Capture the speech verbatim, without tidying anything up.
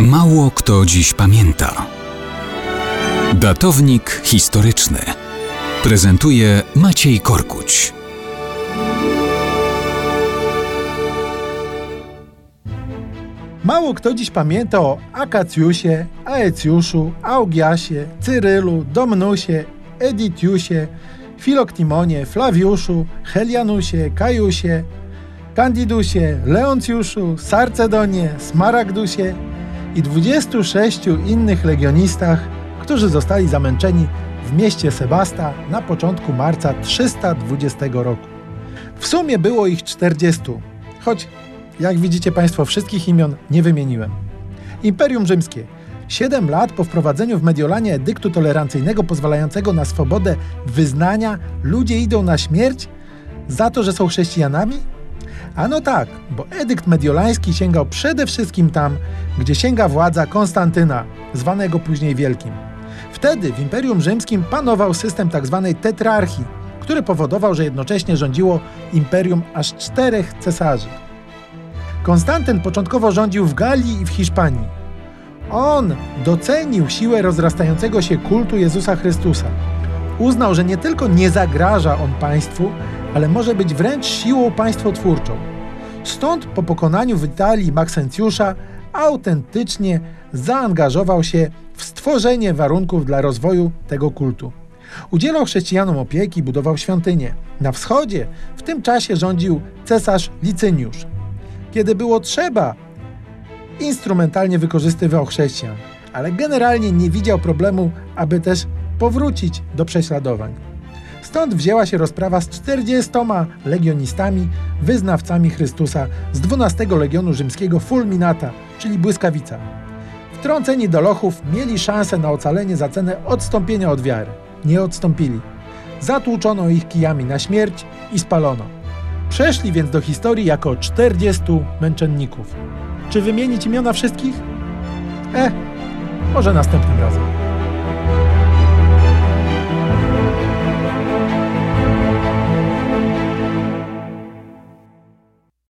Mało kto dziś pamięta. Datownik historyczny prezentuje Maciej Korkuć. Mało kto dziś pamięta o Akacjusie, Aecjuszu, Augiasie, Cyrylu, Domnusie, Edytiusie, Filoktimonie, Flawiuszu, Helianusie, Kajusie, Candidusie, Leoncjuszu, Sarcedonie, Smaragdusie i dwudziestu sześciu innych legionistach, którzy zostali zamęczeni w mieście Sebasta na początku marca trzysta dwudziestego roku. W sumie było ich czterdziestu, choć jak widzicie Państwo, wszystkich imion nie wymieniłem. Imperium Rzymskie. Siedem lat po wprowadzeniu w Mediolanie edyktu tolerancyjnego pozwalającego na swobodę wyznania, ludzie idą na śmierć za to, że są chrześcijanami? Ano tak, bo edykt mediolański sięgał przede wszystkim tam, gdzie sięga władza Konstantyna, zwanego później Wielkim. Wtedy w Imperium Rzymskim panował system tzw. tetrarchii, który powodował, że jednocześnie rządziło imperium aż czterech cesarzy. Konstantyn początkowo rządził w Galii i w Hiszpanii. On docenił siłę rozrastającego się kultu Jezusa Chrystusa. Uznał, że nie tylko nie zagraża on państwu, ale może być wręcz siłą państwotwórczą. Stąd po pokonaniu w Italii Maksencjusza autentycznie zaangażował się w stworzenie warunków dla rozwoju tego kultu. Udzielał chrześcijanom opieki, budował świątynie. Na wschodzie w tym czasie rządził cesarz Licyniusz. Kiedy było trzeba, instrumentalnie wykorzystywał chrześcijan, ale generalnie nie widział problemu, aby też powrócić do prześladowań. Stąd wzięła się rozprawa z czterdziestoma legionistami, wyznawcami Chrystusa z dwunastego Legionu Rzymskiego Fulminata, czyli błyskawica. Wtrąceni do lochów mieli szansę na ocalenie za cenę odstąpienia od wiary. Nie odstąpili. Zatłuczono ich kijami na śmierć i spalono. Przeszli więc do historii jako czterdziestu męczenników. Czy wymienić imiona wszystkich? Eh, może następnym razem.